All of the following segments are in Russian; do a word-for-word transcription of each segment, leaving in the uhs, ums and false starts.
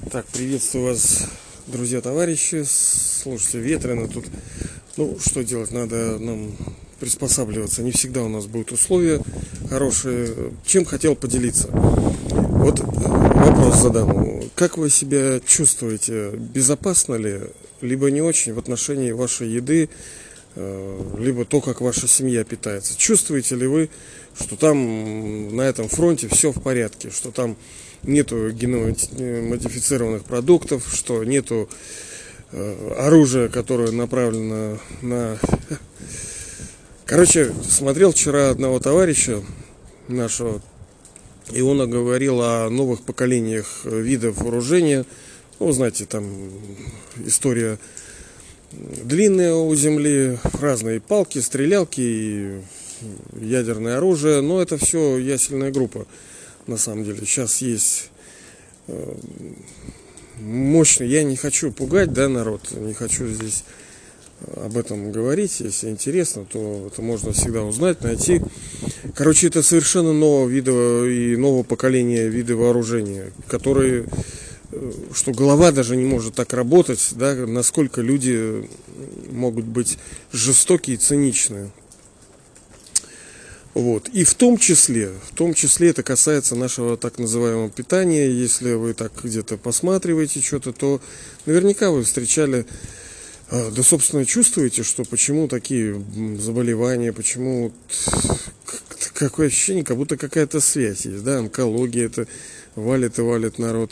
Так, приветствую вас, друзья, товарищи. Слушайте, ветрено тут. Ну, что делать? Надо нам приспосабливаться. Не всегда у нас будут условия хорошие. Чем хотел поделиться? Вот вопрос задам. Как вы себя чувствуете? Безопасно ли, либо не очень в отношении вашей еды, либо то, как ваша семья питается? Чувствуете ли вы, что там на этом фронте все в порядке, что там нету генно-модифицированных продуктов, что нету э, оружия, которое направлено на... Короче, смотрел вчера одного товарища нашего, и он говорил о новых поколениях видов вооружения. Ну, знаете, там история длинная у земли, разные палки, стрелялки и ядерное оружие, но это все ясельная группа. На самом деле, сейчас есть э, мощный, я не хочу пугать, да, народ, не хочу здесь об этом говорить, если интересно, то это можно всегда узнать, найти. Короче, это совершенно нового вида и нового поколения вида вооружения, которые, э, что голова даже не может так работать, да, насколько люди могут быть жестокие и циничные. Вот. И в том числе, в том числе это касается нашего так называемого питания. Если вы так где-то посматриваете что-то, то наверняка вы встречали, да, собственно, чувствуете, что почему такие заболевания, почему какое ощущение, как будто какая-то связь есть, да, онкология, это валит и валит народ.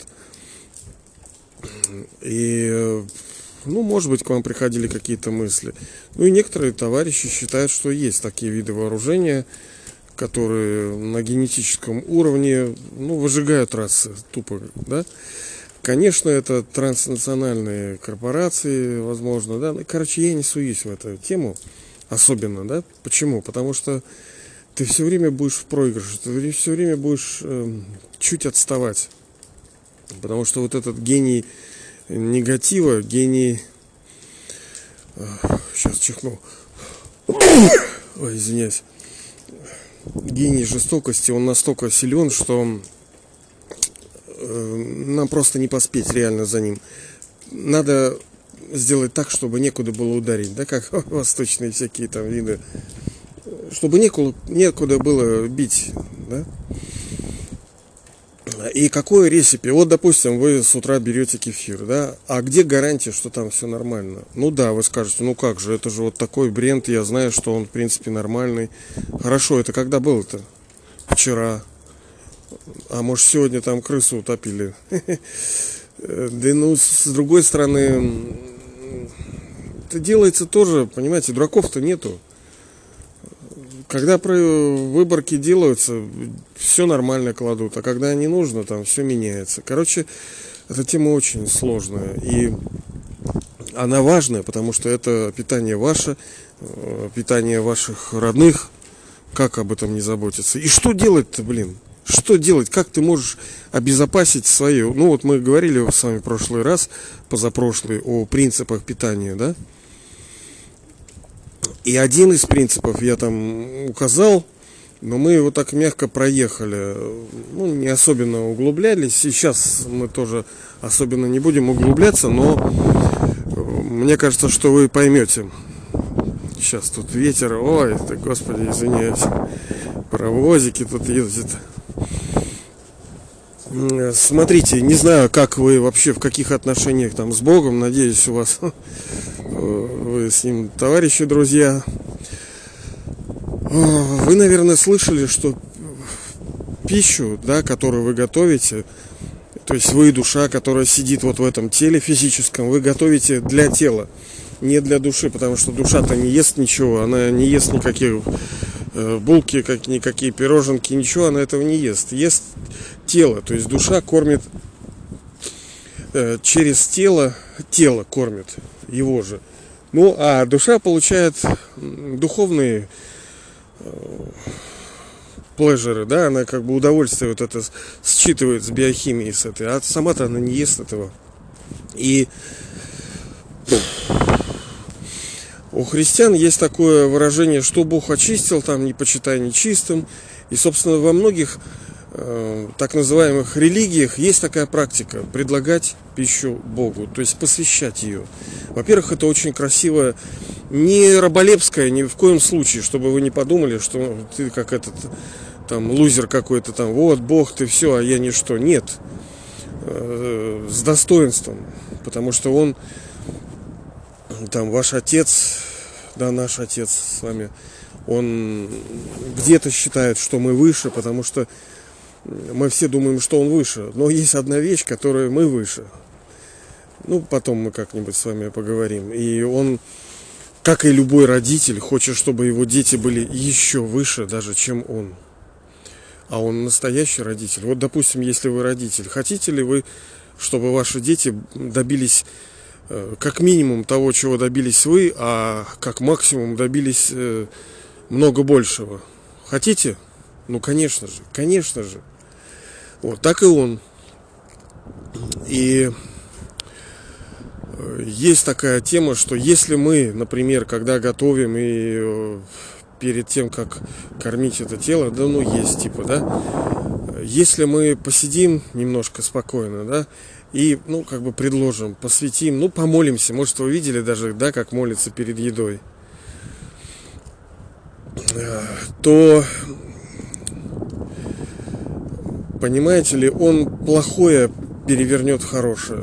И, ну, может быть, к вам приходили какие-то мысли. Ну и некоторые товарищи считают, что есть такие виды вооружения, которые на генетическом уровне, ну, выжигают расы тупо, да. Конечно, это транснациональные корпорации, возможно, да. Короче, я не суюсь в эту тему особенно, да. Почему? Потому что ты все время будешь в проигрыше, ты все время будешь э, чуть отставать. Потому что вот этот гений негатива, гений... Сейчас чихну. Ой, извиняюсь. Гений жестокости, он настолько силен, что нам просто не поспеть реально за ним. Надо сделать так, чтобы некуда было ударить, да, как восточные всякие там виды. Чтобы некуда, некуда было бить, да. И какое рецепт? Вот, допустим, вы с утра берете кефир, да, а где гарантия, что там все нормально? Ну да, вы скажете, ну как же, это же вот такой бренд, я знаю, что он в принципе нормальный. Хорошо, это когда было-то? Вчера. А может, сегодня там крысу утопили? Да, ну, с другой стороны, это делается тоже, понимаете, дураков-то нету. Когда выборки делаются, все нормально кладут, а когда не нужно, там все меняется. Короче, эта тема очень сложная, и она важная, потому что это питание ваше, питание ваших родных. Как об этом не заботиться? И что делать-то, блин? Что делать? Как ты можешь обезопасить свое? Ну вот мы говорили с вами в прошлый раз, позапрошлый, о принципах питания, да? И один из принципов я там указал, но мы его так мягко проехали, ну, не особенно углублялись. Сейчас мы тоже особенно не будем углубляться, но мне кажется, что вы поймете. Сейчас тут ветер, ой, это, господи, извиняюсь, паровозики тут ездят. Смотрите, не знаю, как вы вообще, в каких отношениях там с Богом, надеюсь, у вас вы с ним товарищи, друзья. Вы, наверное, слышали, что пищу, да, которую вы готовите, то есть вы, душа, которая сидит вот в этом теле физическом, вы готовите для тела, не для души, потому что душа-то не ест ничего, она не ест никаких э, булки, как, никакие пироженки, ничего она этого не ест. Ест тело, то есть душа кормит э, через тело, тело кормит его же. Ну, а душа получает духовные э, плежеры, да, она как бы удовольствие вот это считывает с биохимией с этой, а сама-то она не ест этого. И у христиан есть такое выражение, что Бог очистил, там не почитай нечистым. И, собственно, во многих э, так называемых религиях есть такая практика – предлагать пищу Богу, то есть посвящать ее. Во-первых, это очень красиво, не раболепское ни в коем случае, чтобы вы не подумали, что ты как этот там лузер какой-то там, вот Бог ты все, а я ничто. Нет, э, с достоинством, потому что Он там ваш отец, да, наш отец с вами, он где-то считает, что мы выше, потому что мы все думаем, что он выше. Но есть одна вещь, которой мы выше. Ну, потом мы как-нибудь с вами поговорим. И он, как и любой родитель, хочет, чтобы его дети были еще выше, даже чем он. А он настоящий родитель. Вот, допустим, если вы родитель, хотите ли вы, чтобы ваши дети добились как минимум того, чего добились вы, а как максимум добились э, много большего? Хотите? Ну, конечно же, конечно же. Вот, так и он. И есть такая тема, что если мы, например, когда готовим и э, перед тем, как кормить это тело, да, ну, есть типа, да, если мы посидим немножко спокойно, да, и, ну, как бы предложим, посвятим, ну, помолимся. Может, вы видели даже, да, как молится перед едой. То, понимаете ли, он плохое перевернет в хорошее.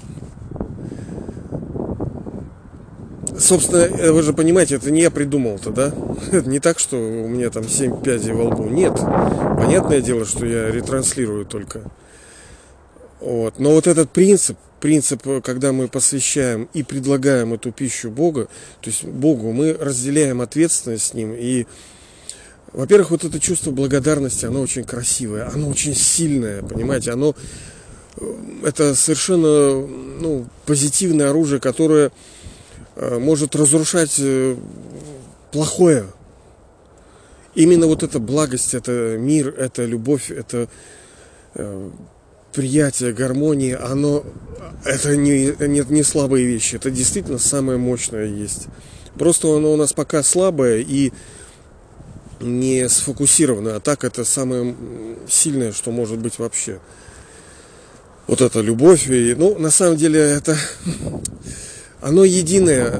Собственно, вы же понимаете, это не я придумал-то, да? Это не так, что у меня там семь пядей во лбу. Нет. Понятное дело, что я ретранслирую только. Вот. Но вот этот принцип, принцип, когда мы посвящаем и предлагаем эту пищу Богу, то есть Богу, мы разделяем ответственность с Ним. И, во-первых, вот это чувство благодарности, оно очень красивое, оно очень сильное, понимаете, оно, это совершенно, ну, позитивное оружие, которое может разрушать плохое. Именно вот эта благость, это мир, это любовь, это приятие, гармония, оно, это не, не, не слабые вещи, это действительно самое мощное есть. Просто оно у нас пока слабое и не сфокусировано, а так это самое сильное, что может быть вообще. Вот эта любовь, и, ну, на самом деле, это, оно единое,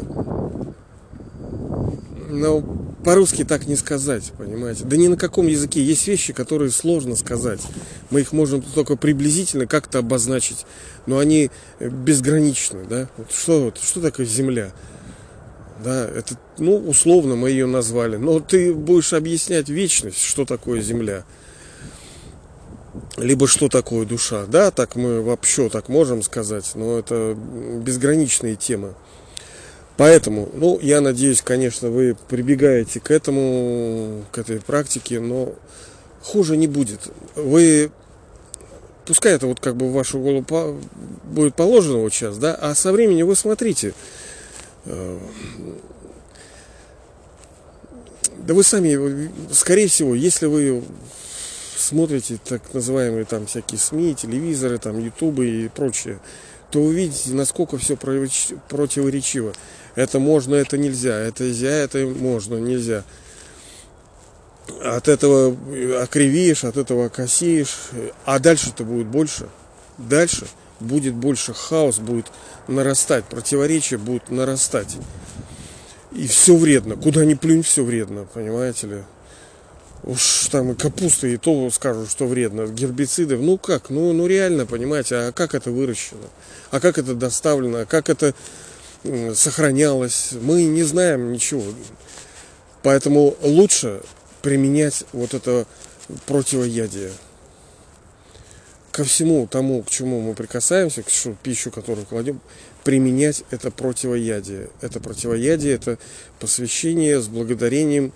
но по-русски так не сказать, понимаете. Да ни на каком языке. Есть вещи, которые сложно сказать. Мы их можем только приблизительно как-то обозначить, но они безграничны, да. Вот что, вот, что такое земля? Да, это, ну, условно мы ее назвали. Но ты будешь объяснять вечность, что такое земля. Либо что такое душа. Да, так мы вообще так можем сказать, но это безграничные темы. Поэтому, ну, я надеюсь, конечно, вы прибегаете к этому, к этой практике, но хуже не будет. Вы, пускай это вот как бы в вашу голову по, будет положено вот сейчас, да, а со временем вы смотрите. Да вы сами, скорее всего, если вы смотрите так называемые там всякие СМИ, телевизоры, там, ютубы и прочее, то вы видите, насколько все противоречиво. Это можно, это нельзя, это нельзя, это можно, нельзя. От этого окривишь, от этого косишь, а дальше-то будет больше. Дальше будет больше, хаос будет нарастать, противоречия будут нарастать. И все вредно. Куда ни плюнь, все вредно, понимаете ли. Уж там и капуста, и то скажут, что вредно. Гербициды, ну как, ну, ну реально, понимаете, а как это выращено? А как это доставлено? А как это сохранялось? Мы не знаем ничего. Поэтому лучше применять вот это противоядие. Ко всему тому, к чему мы прикасаемся, к пищу, которую кладем, применять это противоядие. Это противоядие, это посвящение с благодарением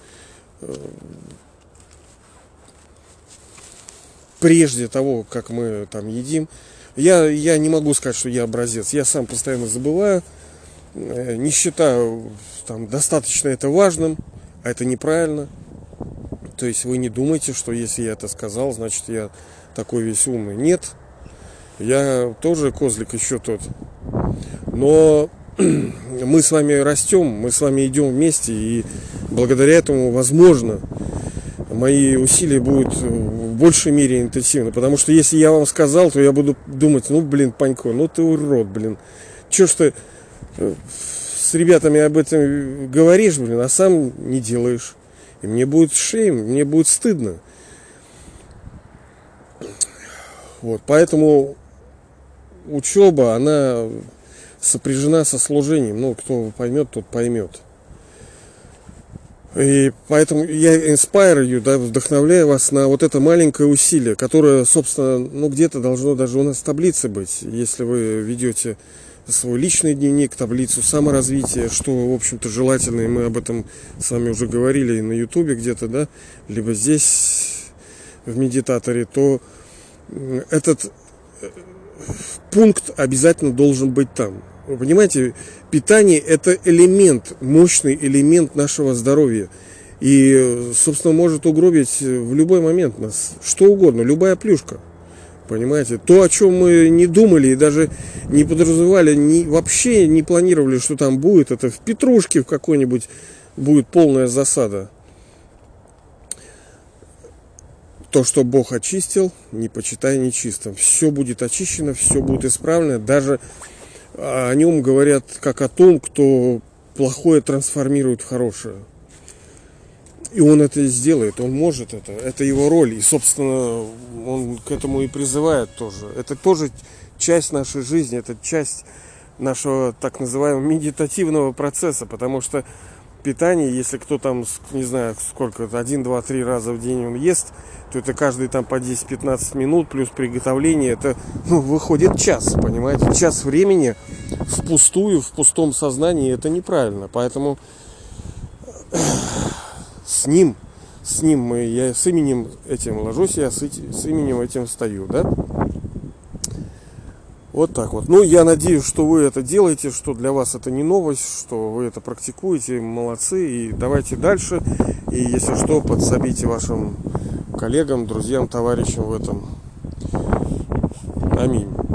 прежде того, как мы там едим. Я, я не могу сказать, что я образец. Я сам постоянно забываю. Не считаю там, достаточно это важным, а это неправильно. То есть вы не думайте, что если я это сказал, значит я такой весь умный. Нет. Я тоже козлик еще тот. Но мы с вами растем, мы с вами идем вместе. И благодаря этому, возможно, мои усилия будут большей мере интенсивно. Потому что если я вам сказал, то я буду думать, ну, блин, Панько, ну ты урод, блин. Че ж ты с ребятами об этом говоришь, блин, а сам не делаешь. И мне будет шейм, мне будет стыдно. Вот, поэтому учеба, она сопряжена со служением. Ну, кто поймет, тот поймет. И поэтому я inspire you, да, вдохновляю вас на вот это маленькое усилие, которое, собственно, ну, где-то должно даже у нас в таблице быть. Если вы ведете свой личный дневник, таблицу саморазвития, что, в общем-то, желательно, и мы об этом с вами уже говорили и на ютубе где-то, да, либо здесь в медитаторе, то этот пункт обязательно должен быть там. Вы понимаете, питание – это элемент, мощный элемент нашего здоровья. И, собственно, может угробить в любой момент нас что угодно, любая плюшка. Понимаете, то, о чем мы не думали и даже не подразумевали, не, вообще не планировали, что там будет, это в петрушке в какой-нибудь будет полная засада. То, что Бог очистил, не почитай нечистым. Все будет очищено, все будет исправлено. Даже о нем говорят как о том, кто плохое трансформирует в хорошее. И он это сделает, он может это, это его роль. И, собственно, он к этому и призывает тоже. Это тоже часть нашей жизни, это часть нашего так называемого медитативного процесса. Потому что питание, если кто там, не знаю, сколько, один, два, три раза в день он ест, то это каждый там по десять-пятнадцать минут, плюс приготовление, это, ну, выходит час, понимаете? Час времени впустую, в пустом сознании, это неправильно. Поэтому с ним, с ним мы, я с именем этим ложусь, я с, с именем этим встаю, да? Вот так вот. Ну, я надеюсь, что вы это делаете, что для вас это не новость, что вы это практикуете, молодцы, и давайте дальше. И если что, подсобите вашим коллегам, друзьям, товарищам в этом. Аминь.